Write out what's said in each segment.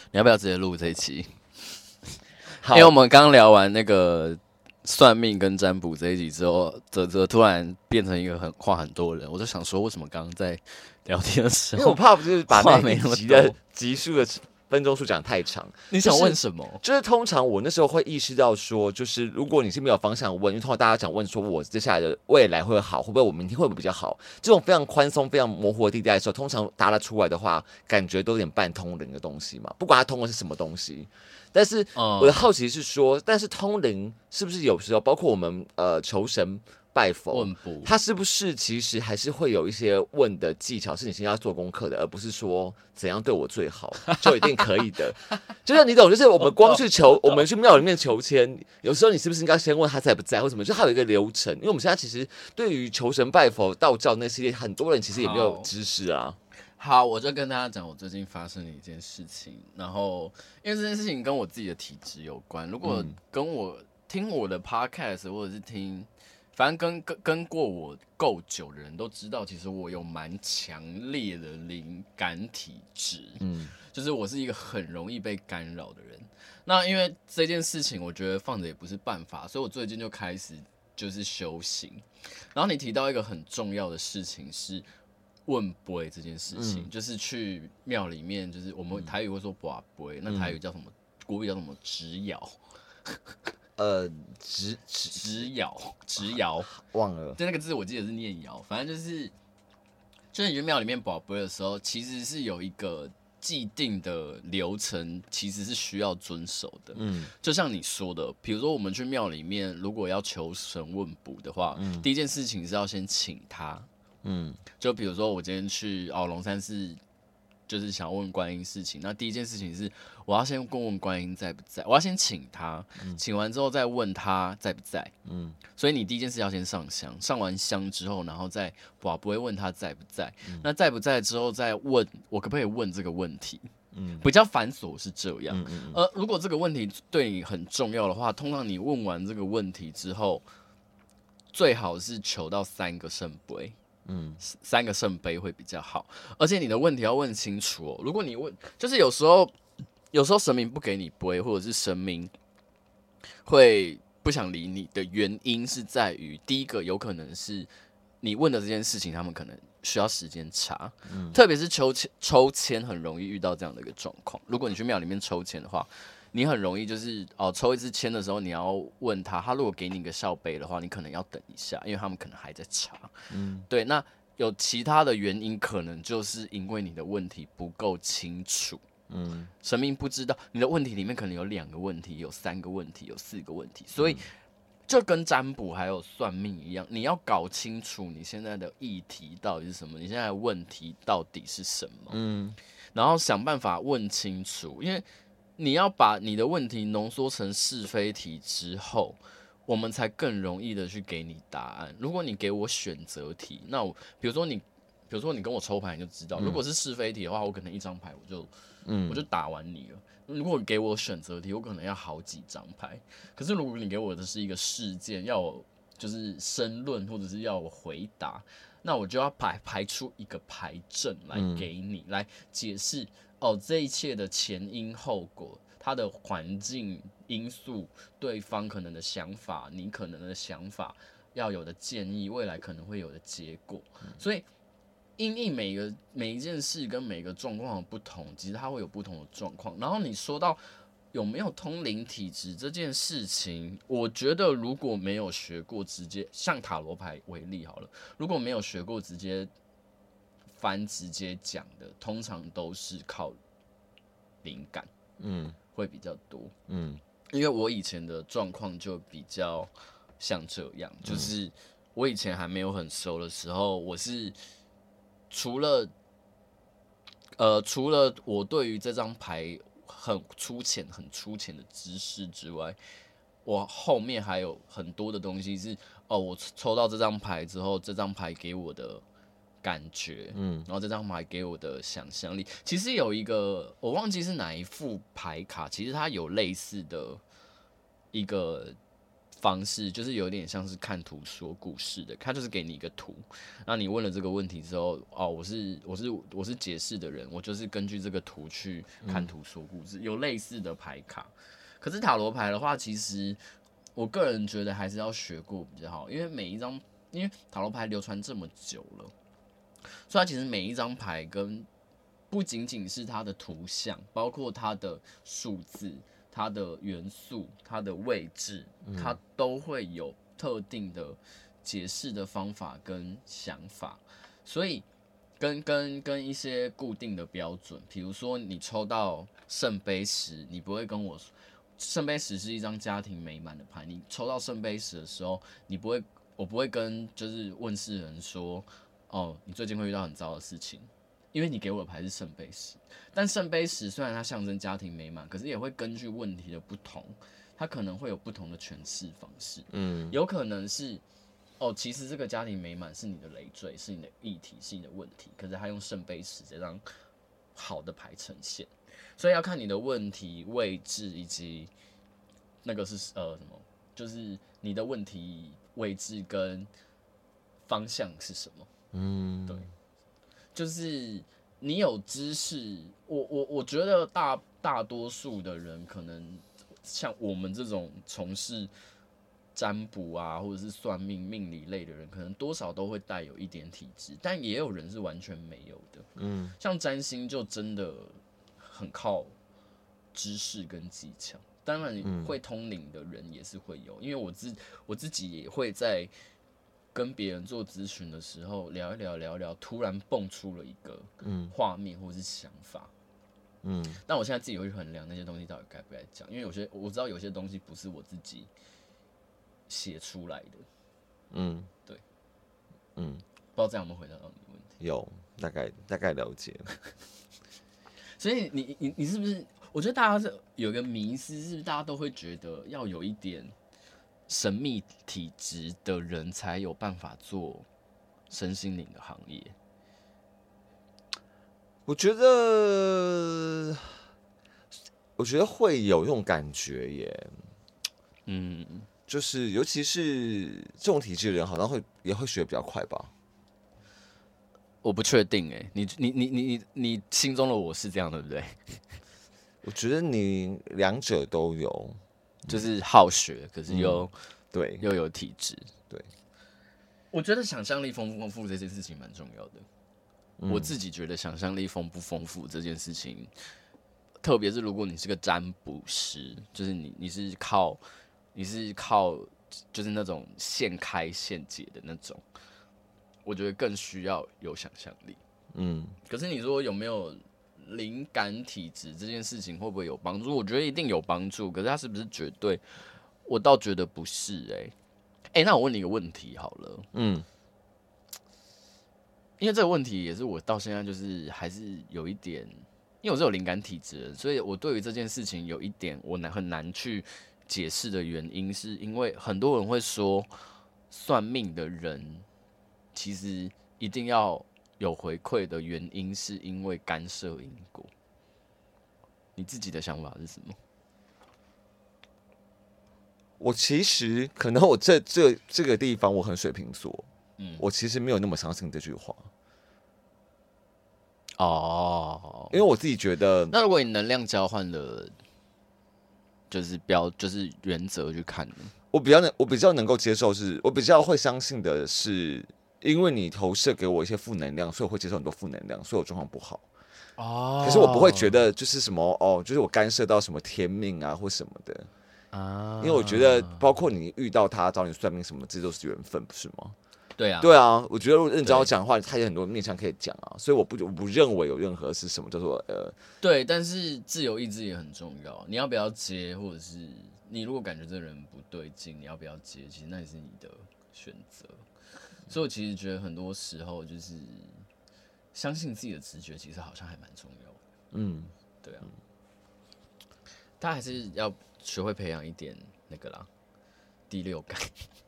你要不要直接录这一期？因为我们刚聊完那个算命跟占卜这一集之后，泽突然变成一个话很多人，我就想说，为什么刚刚在聊天的时候， 因为我怕不是把那一集的集数的分钟数讲太长。 你想问什么？ 就是通常我那时候会意识到说，就是如果你是没有方向问，因为通常大家讲问说我接下来的未来会好，会不会我明天会不会比较好，这种非常宽松、非常模糊的地带的时候，通常答得出来的话，感觉都有点半通灵的东西嘛，不管它通的是什么东西。但是我的好奇是说，但是通灵是不是有时候包括我们求神拜佛，它是不是其实还是会有一些问的技巧，是你先要做功课的，而不是说怎样对我最好就一定可以的。就是你懂，就是我们光去求，我们去庙里面求签，有时候你是不是应该先问他在不在，或什么？就还有一个流程，因为我们现在其实对于求神拜佛、道教那系列，很多人其实也没有知识啊。 好，我就跟大家讲我最近发生的一件事情，然后因为这件事情跟我自己的体质有关。如果跟我听我的 podcast 或者是听，反正跟过我够久的人都知道，其实我有蛮强烈的灵感体质，就是我是一个很容易被干扰的人。那因为这件事情，我觉得放着也不是办法，所以我最近就开始就是修行。然后你提到一个很重要的事情是。问杯这件事情，就是去庙里面，就是我们台语会说拔杯，那台语叫什么？国语叫什么？直爻。直爻， 忘了。 就那个字我记得是念爻，反正就是你去庙里面拔杯的时候，其实是有一个既定的流程，其实是需要遵守的。就像你说的，比如说我们去庙里面，如果要求神问卜的话，第一件事情是要先请他。就比如说我今天去龙山寺，就是想要问观音事情。那第一件事情是我要先问观音在不在，我要先请他，请完之后再问他在不在。所以你第一件事要先上香，上完香之后，然后再不会问他在不在。那在不在之后再问我可不可以问这个问题。比较繁琐是这样。如果这个问题对你很重要的话，通常你问完这个问题之后，最好是求到3个圣杯。3个圣杯会比较好，而且你的问题要问清楚哦。如果你问，就是有时候神明不给你杯，或者是神明会不想理你的原因是在于，第一个有可能是你问的这件事情，他们可能需要时间查，特别是抽签很容易遇到这样的一个状况。如果你去庙里面抽签的话。你很容易就是抽一支签的时候，你要问他如果给你一个校杯的话，你可能要等一下，因为他们可能还在查。对，那有其他的原因，可能就是因为你的问题不够清楚。神明不知道你的问题里面可能有2个问题，有3个问题，有4个问题，所以就跟占卜还有算命一样，你要搞清楚你现在的议题到底是什么，你现在的问题到底是什么。然后想办法问清楚，因为。你要把你的问题浓缩成是非题之后，我们才更容易的去给你答案。如果你给我选择题，那比如说你跟我抽牌，你就知道，如果是是非题的话，我可能1张牌我就打完你了。如果你给我选择题，我可能要好几张牌。可是如果你给我的是一个事件，要我就是申论或者是要我回答，那我就要排出一个牌阵来给你，来解释。这一切的前因后果，他的环境因素，对方可能的想法，你可能的想法，要有的建议，未来可能会有的结果。所以，因应每一件事跟每个状况的不同，其实它会有不同的状况。然后你说到有没有通灵体质这件事情，我觉得如果没有学过，直接像塔罗牌为例好了，如果没有学过直接讲的，通常都是靠灵感，会比较多，因为我以前的状况就比较像这样，就是我以前还没有很熟的时候，我是除了我对于这张牌很粗浅的知识之外，我后面还有很多的东西是我抽到这张牌之后，这张牌给我的。感觉，然后这张牌给我的想象力，其实有一个我忘记是哪一副牌卡，其实它有类似的一个方式，就是有点像是看图说故事的，他就是给你一个图，那你问了这个问题之后，哦，我是解释的人，我就是根据这个图去看图说故事，有类似的牌卡。可是塔罗牌的话，其实我个人觉得还是要学过比较好，因为塔罗牌流传这么久了，所以它其实每一张牌跟不仅仅是它的图像，包括它的数字、它的元素、它的位置，它都会有特定的解释的方法跟想法，所以跟一些固定的标准，比如说你抽到圣杯十，你不会跟我说，圣杯十是一张家庭美满的牌，你抽到圣杯十的时候，我不会跟就是问世人说，哦，你最近会遇到很糟的事情。因为你给我的牌是圣杯十，但圣杯十虽然它象征家庭美满，可是也会根据问题的不同，它可能会有不同的诠释方式。有可能是哦，其实这个家庭美满是你的累赘，是你的议题，是你的问题，可是他用圣杯十这张好的牌呈现，所以要看你的问题位置以及那个是什么，就是你的问题位置跟方向是什么。对。就是你有知识，我觉得大多数的人可能像我们这种从事占卜啊，或者是算命、命理类的人，可能多少都会带有一点体质，但也有人是完全没有的。像占星就真的很靠知识跟技巧，当然会通灵的人也是会有，因为我自己也会在跟别人做咨询的时候聊一聊，突然蹦出了一个画面或是想法。但我现在自己会去衡量那些东西到底该不该讲，因为我知道有些东西不是我自己写出来的。对。不知道这样有没有回答到你的问题？ 有，大概了解了。 所以你是不是？我觉得大家是有一个迷思，是不是大家都会觉得要有一点神秘体质的人才有办法做身心灵的行业？ 我觉得会有这种感觉耶。就是尤其是这种体质的人，好像也会学比较快吧。 我不确定哎，你心中的我是这样，对不对？ 我觉得你两者都有， 就是好学，可是又有体质。 对， 我觉得想象力丰不丰富这件事情蛮重要的。我自己觉得想象力丰不丰富这件事情，特别是如果你是个占卜师，就是你是靠就是那种现开现解的那种，我觉得更需要有想象力。可是你说有没有灵感体质这件事情会不会有帮助？我觉得一定有帮助，可是它是不是绝对？我倒觉得不是。那我问你一个问题好了。因为这个问题也是我到现在就是还是有一点，因为我是有灵感体质的，所以我对于这件事情有一点我很难去解释的原因，是因为很多人会说，算命的人其实一定要有回馈的原因，是因为干涉因果。你自己的想法是什么？ 我其实可能我这个地方我很水瓶座，我其实没有那么相信这句话。因为我自己觉得， 那如果你能量交换的，就是原则去看呢？ 我比较能够接受是，我比较会相信的是，因为你投射给我一些负能量，所以我会接受很多负能量，所以我状况不好。可是我不会觉得就是什么就是我干涉到什么天命啊或什么的。因为我觉得，包括你遇到他找你算命什么，这都是缘分，不是吗？ 对啊， 我觉得如果认真要讲的话，他有很多面向可以讲啊，所以我不认为有任何是什么叫做对，但是自由意志也很重要，你要不要接，或者是你如果感觉这个人不对劲，你要不要接，其实那也是你的选择。所以我其实觉得很多时候就是相信自己的直觉，其实好像还蛮重要的。对啊，他还是要学会培养一点那个啦，第六感。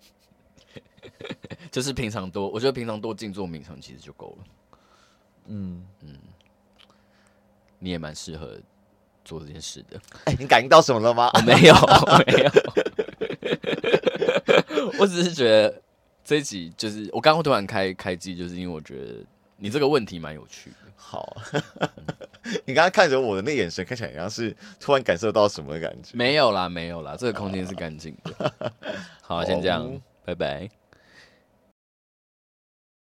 就是我觉得平常多静坐冥想其实就够了。你也蛮适合做这件事的。 你感应到什么了吗？ 我没有。 只是觉得这一集就是我刚刚突然开机，就是因为我觉得你这个问题蛮有趣的。 好，你刚刚看着我的那眼神，看起来好像是突然感受到什么的感觉。 没有啦，没有啦，这个空间是干净的。好，先这样，拜拜。